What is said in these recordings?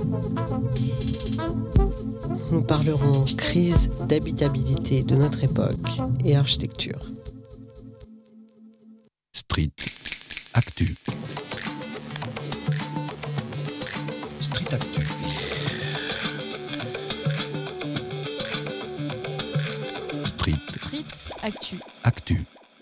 Nous parlerons crise d'habitabilité de notre époque et architecture. Street Actu. Street Actu. Street Actu. Actu.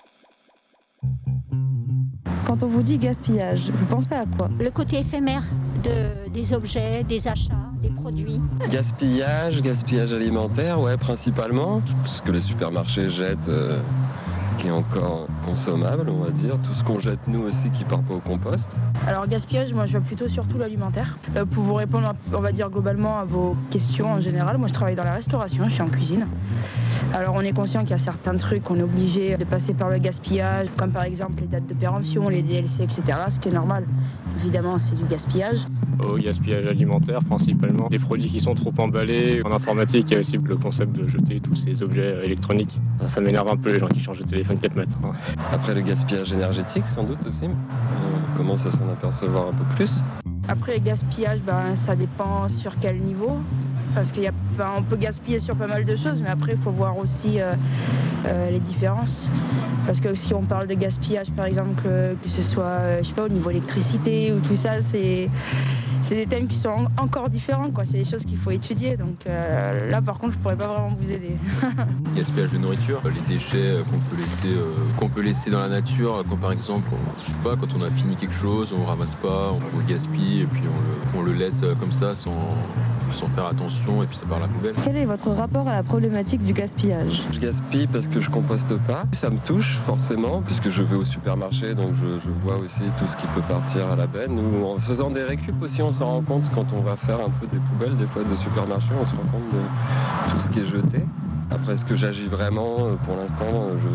Quand on vous dit gaspillage, vous pensez à quoi? Le côté éphémère des objets, des achats, des produits. Gaspillage alimentaire, ouais, principalement. Ce que les supermarchés jettent, qui est encore consommable, on va dire. Tout ce qu'on jette nous aussi qui part pas au compost. Alors gaspillage, moi je vois plutôt surtout l'alimentaire. Pour vous répondre, on va dire globalement à vos questions en général, moi je travaille dans la restauration, je suis en cuisine. Alors on est conscient qu'il y a certains trucs qu'on est obligé de passer par le gaspillage, comme par exemple les dates de péremption, les DLC, etc. Ce qui est normal, évidemment c'est du gaspillage. Au gaspillage alimentaire principalement, des produits qui sont trop emballés. En informatique, il y a aussi le concept de jeter tous ces objets électroniques. Ça m'énerve un peu les gens qui changent de téléphone 4 mètres. Après le gaspillage énergétique sans doute aussi, on commence à s'en apercevoir un peu plus. Après le gaspillage, ça dépend sur quel niveau. Parce qu'on peut gaspiller sur pas mal de choses, mais après il faut voir aussi les différences. Parce que si on parle de gaspillage, par exemple, que ce soit je sais pas, au niveau électricité ou tout ça, c'est des thèmes qui sont encore différents, quoi. C'est des choses qu'il faut étudier. Donc là, par contre, je pourrais pas vraiment vous aider. Gaspillage de nourriture, les déchets qu'on peut laisser dans la nature, comme par exemple, je sais pas, quand on a fini quelque chose, on ramasse pas, on le gaspille et puis on le laisse comme ça sans faire attention et puis ça part à la poubelle. Quel est votre rapport à la problématique du gaspillage? Je gaspille parce que je composte pas. Ça me touche forcément puisque je vais au supermarché, donc je vois aussi tout ce qui peut partir à la benne. Ou en faisant des récup aussi, on s'en rend compte quand on va faire un peu des poubelles des fois de supermarché, on se rend compte de tout ce qui est jeté. Après, est-ce que j'agis vraiment? Pour l'instant,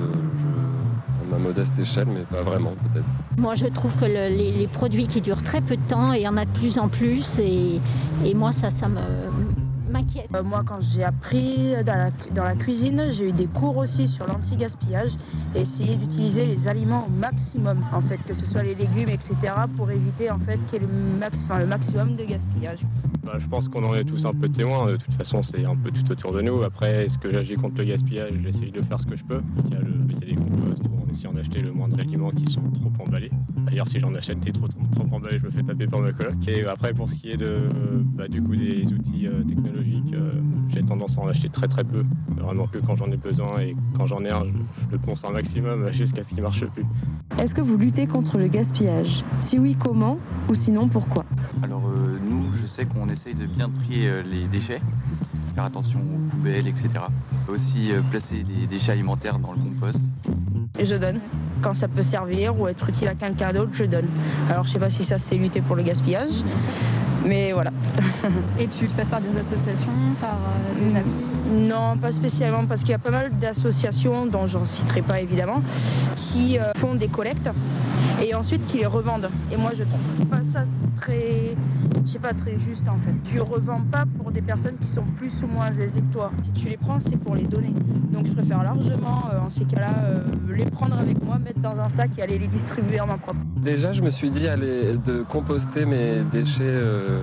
à ma modeste échelle, mais pas vraiment peut-être. Moi, je trouve que les produits qui durent très peu de temps, et il y en a de plus en plus, et moi, ça m'inquiète. Moi, quand j'ai appris dans la cuisine, j'ai eu des cours aussi sur l'anti-gaspillage et essayer d'utiliser les aliments au maximum, en fait, que ce soit les légumes, etc., pour éviter en fait qu'il y ait le maximum de gaspillage. Je pense qu'on en est tous un peu témoins. De toute façon, c'est un peu tout autour de nous. Après, est-ce que j'agis contre le gaspillage? J'essaye de faire ce que je peux. Il y a des composts où on essaie d'acheter le moins d'aliments qui sont trop emballés. D'ailleurs, si j'en achète des trop emballés, je me fais taper par ma coloc. Et après, pour ce qui est du coup des outils technologiques, j'ai tendance à en acheter très très peu. Vraiment que quand j'en ai besoin, et quand j'en ai un, je le ponce un maximum jusqu'à ce qu'il marche plus. Est-ce que vous luttez contre le gaspillage? Si oui, comment? Ou sinon, pourquoi? Alors nous, je sais qu'on essaye de bien trier les déchets, faire attention aux poubelles, etc. Aussi placer des déchets alimentaires dans le compost. Et je donne. Quand ça peut servir ou être utile à quelqu'un d'autre, je donne. Alors je sais pas si ça c'est lutter pour le gaspillage, mais voilà. Et tu passes par des associations, par des amis? Non, pas spécialement, parce qu'il y a pas mal d'associations, dont j'en citerai pas évidemment, qui font des collectes et ensuite qui les revendent. Et moi je trouve pas ça très juste en fait. Tu revends pas pour des personnes qui sont plus ou moins aisées que toi. Si tu les prends, c'est pour les donner. Donc je préfère largement, en ces cas-là, les prendre avec moi, mettre dans un sac et aller les distribuer en main propre. Déjà, je me suis dit de composter mes déchets,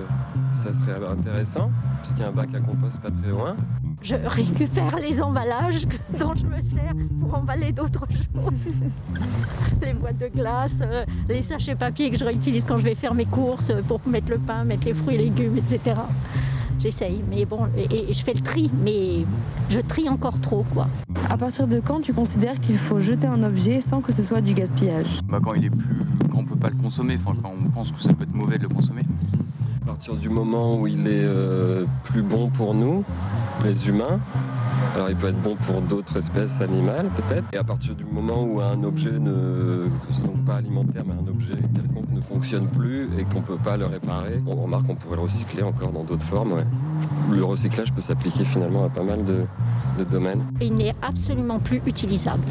ça serait intéressant, puisqu'il y a un bac à compost pas très loin. Je récupère les emballages dont je me sers pour emballer d'autres choses. Les boîtes de glace, les sachets papier que je réutilise quand je vais faire mes courses pour mettre le pain, mettre les fruits et légumes, etc. J'essaye, mais bon, et je fais le tri, mais je trie encore trop, quoi. À partir de quand tu considères qu'il faut jeter un objet sans que ce soit du gaspillage? Quand on peut pas le consommer, quand on pense que ça peut être mauvais de le consommer. À partir du moment où il est plus bon pour nous, les humains, alors il peut être bon pour d'autres espèces animales peut-être, et à partir du moment où un objet donc pas alimentaire mais un objet quelconque ne fonctionne plus et qu'on ne peut pas le réparer, on remarque qu'on pourrait le recycler encore dans d'autres formes. Ouais. Le recyclage peut s'appliquer finalement à pas mal de domaines. Il n'est absolument plus utilisable.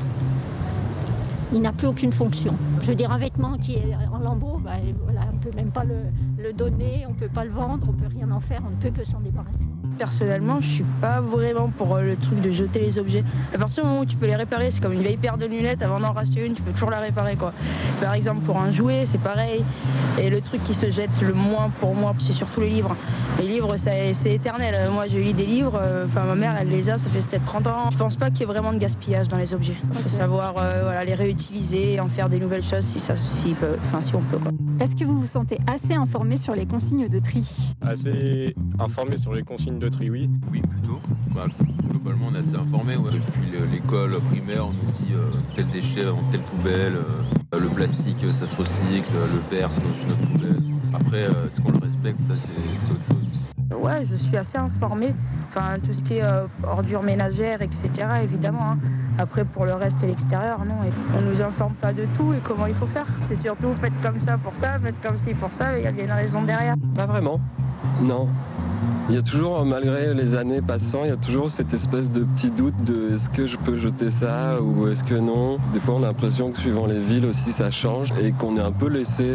Il n'a plus aucune fonction. Je veux dire, un vêtement qui est en lambeaux, on ne peut même pas le donner, on ne peut pas le vendre, on ne peut rien en faire, on ne peut que s'en débarrasser. personnellement, je suis pas vraiment pour le truc de jeter les objets. À partir du moment où tu peux les réparer, c'est comme une vieille paire de lunettes, avant d'en racheter une, tu peux toujours la réparer, quoi. Par exemple, pour un jouet, c'est pareil. Et le truc qui se jette le moins pour moi, c'est surtout les livres. Les livres, c'est éternel. Moi, je lis des livres, ma mère, elle les a, ça fait peut-être 30 ans. Je pense pas qu'il y ait vraiment de gaspillage dans les objets. Il faut savoir les réutiliser, en faire des nouvelles choses si on peut, quoi. Est-ce que vous vous sentez assez informé sur les consignes de tri? Assez informé sur les consignes de tri, oui. Oui, plutôt. Globalement, on est assez informé. Ouais. Depuis l'école primaire, on nous dit tel déchet dans telle poubelle, le plastique, ça se recycle, le verre, c'est dans une autre poubelle. Après, est-ce qu'on le respecte, ça, c'est autre chose. Ouais, je suis assez informée. Enfin, tout ce qui est ordures ménagères, etc., évidemment. Hein. Après, pour le reste et l'extérieur, non. On nous informe pas de tout et comment il faut faire. C'est surtout faites comme ça pour ça, faites comme ci pour ça, il y a bien une raison derrière. Pas vraiment, non. Il y a toujours, malgré les années passant, il y a toujours cette espèce de petit doute de est-ce que je peux jeter ça ou est-ce que non. Des fois, on a l'impression que suivant les villes aussi, ça change et qu'on est un peu laissé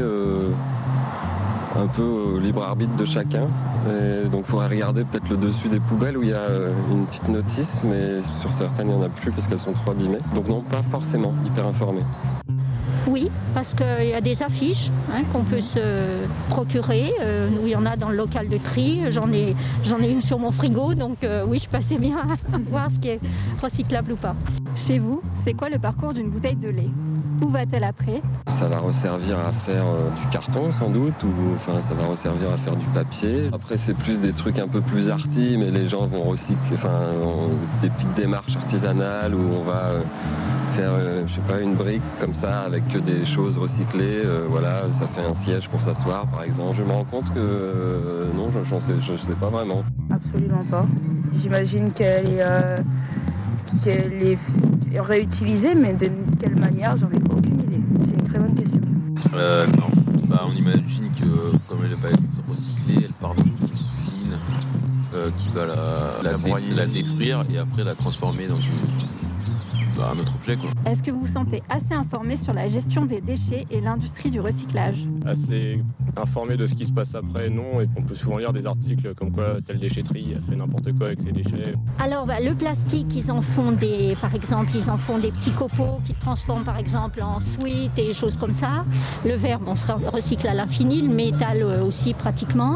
un peu au libre arbitre de chacun. Et donc il faudrait regarder peut-être le dessus des poubelles où il y a une petite notice, mais sur certaines il n'y en a plus parce qu'elles sont trop abîmées. Donc non, pas forcément hyper informé. Oui, parce qu'il y a des affiches qu'on peut se procurer, où il y en a dans le local de tri. J'en ai une sur mon frigo, donc oui, je passais bien à voir ce qui est recyclable ou pas. Chez vous, c'est quoi le parcours d'une bouteille de lait? Où va-t-elle après? Ça va resservir à faire du carton sans doute, ou enfin ça va resservir à faire du papier. Après c'est plus des trucs un peu plus arty, mais les gens vont recycler, des petites démarches artisanales où on va faire je sais pas, une brique comme ça avec que des choses recyclées, voilà, ça fait un siège pour s'asseoir par exemple. Je me rends compte que non, je sais pas vraiment. Absolument pas. J'imagine qu'elle est réutilisée, mais de quelle manière, j'en ai aucune idée. C'est une très bonne question. Non, on imagine que comme elle va être recyclée, elle part dans une usine qui va la détruire et après la transformer dans un autre objet, quoi. Est-ce que vous vous sentez assez informé sur la gestion des déchets et l'industrie du recyclage? Assez informé de ce qui se passe après, non, et on peut souvent lire des articles comme quoi telle déchetterie a fait n'importe quoi avec ses déchets. Alors le plastique, par exemple, ils en font des petits copeaux qui transforment par exemple en sweat et des choses comme ça. Le verre, on se recycle à l'infini, le métal aussi pratiquement.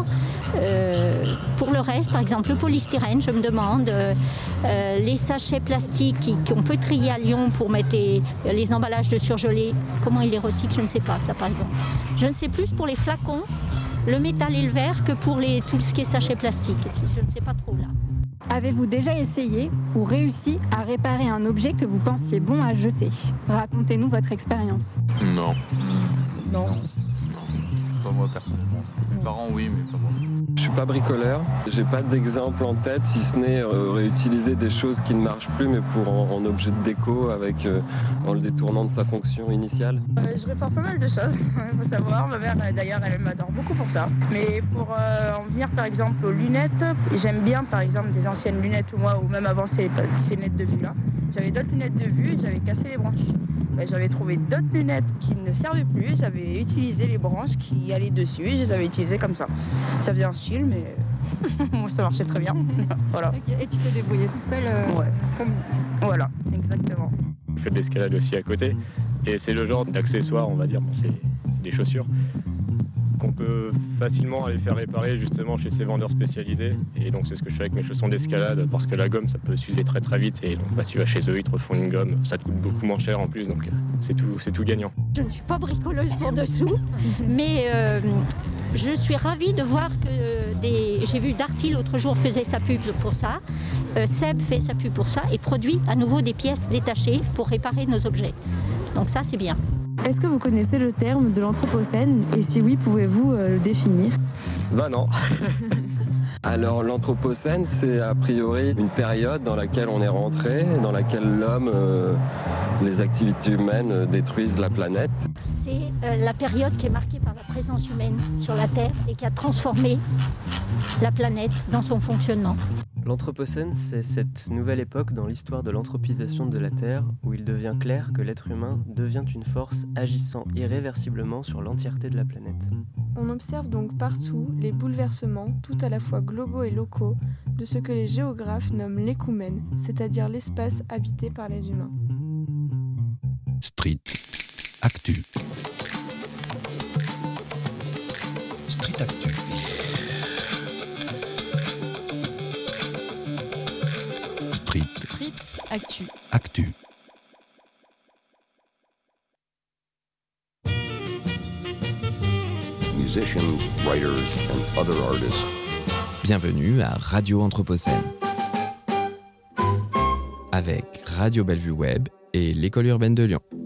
Pour le reste, par exemple, le polystyrène, je me demande, les sachets plastiques qu'on peut trier à Lyon pour mettre les emballages de surgelés, comment ils les recyclent, je ne sais pas ça par exemple. Je ne sais plus pour les flacons, le métal et le verre que pour tout ce qui est sachet plastique. Je ne sais pas trop là. Avez-vous déjà essayé ou réussi à réparer un objet que vous pensiez bon à jeter? Racontez-nous votre expérience. Non. Non. Pas moi personnellement. Mes parents oui, mais pas moi. Je suis pas bricoleur, j'ai pas d'exemple en tête, si ce n'est réutiliser des choses qui ne marchent plus, mais pour en objet de déco, en le détournant de sa fonction initiale. Je répare pas mal de choses, il faut savoir. Ma mère, d'ailleurs, elle m'adore beaucoup pour ça. Mais pour en venir, par exemple, aux lunettes, j'aime bien, par exemple, des anciennes lunettes ou même avant ces lunettes de vue là. J'avais d'autres lunettes de vue et j'avais cassé les branches. J'avais trouvé d'autres lunettes qui ne servaient plus, j'avais utilisé les branches qui allaient dessus et je les avais utilisées comme ça. Ça faisait un style, mais ça marchait très bien. Voilà. Okay. Et tu t'es débrouillée toute seule Ouais. Voilà, exactement. Je fais de l'escalade aussi à côté et c'est le genre d'accessoires, on va dire, c'est des chaussures qu'on peut facilement aller faire réparer justement chez ces vendeurs spécialisés. Et donc c'est ce que je fais avec mes chaussons d'escalade, parce que la gomme ça peut s'user très très vite et donc tu vas chez eux, ils te refont une gomme, ça te coûte beaucoup moins cher en plus, donc c'est tout gagnant. Je ne suis pas bricoleuse pour dessous, mais je suis ravie de voir que j'ai vu Darty l'autre jour faisait sa pub pour ça, Seb fait sa pub pour ça et produit à nouveau des pièces détachées pour réparer nos objets. Donc ça c'est bien. Est-ce que vous connaissez le terme de l'Anthropocène? Et si oui, pouvez-vous le définir? Bah non. Alors l'Anthropocène, c'est a priori une période dans laquelle on est rentré, dans laquelle l'homme, les activités humaines détruisent la planète. C'est la période qui est marquée par la présence humaine sur la Terre et qui a transformé la planète dans son fonctionnement. L'Anthropocène, c'est cette nouvelle époque dans l'histoire de l'anthropisation de la Terre où il devient clair que l'être humain devient une force agissant irréversiblement sur l'entièreté de la planète. On observe donc partout les bouleversements, tout à la fois globaux et locaux, de ce que les géographes nomment l'écoumène, c'est-à-dire l'espace habité par les humains. Street Actu. Street Actu. Street Actu. Actu. Musicians, writers and other artists. Bienvenue à Radio Anthropocène. Avec Radio Bellevue Web et l'École urbaine de Lyon.